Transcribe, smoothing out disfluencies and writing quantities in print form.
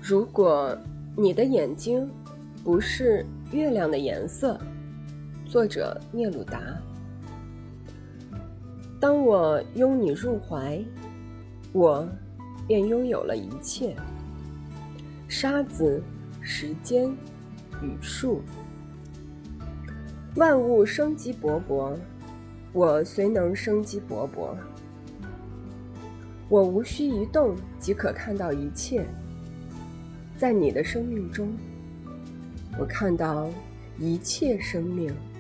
如果你的眼睛不是月亮的颜色，作者聂鲁达。当我拥你入怀，我便拥有了一切，沙子、时间、语数，万物生机勃勃，我虽能生机勃勃。我无需一动即可看到一切，在你的生命中，我看到一切生命。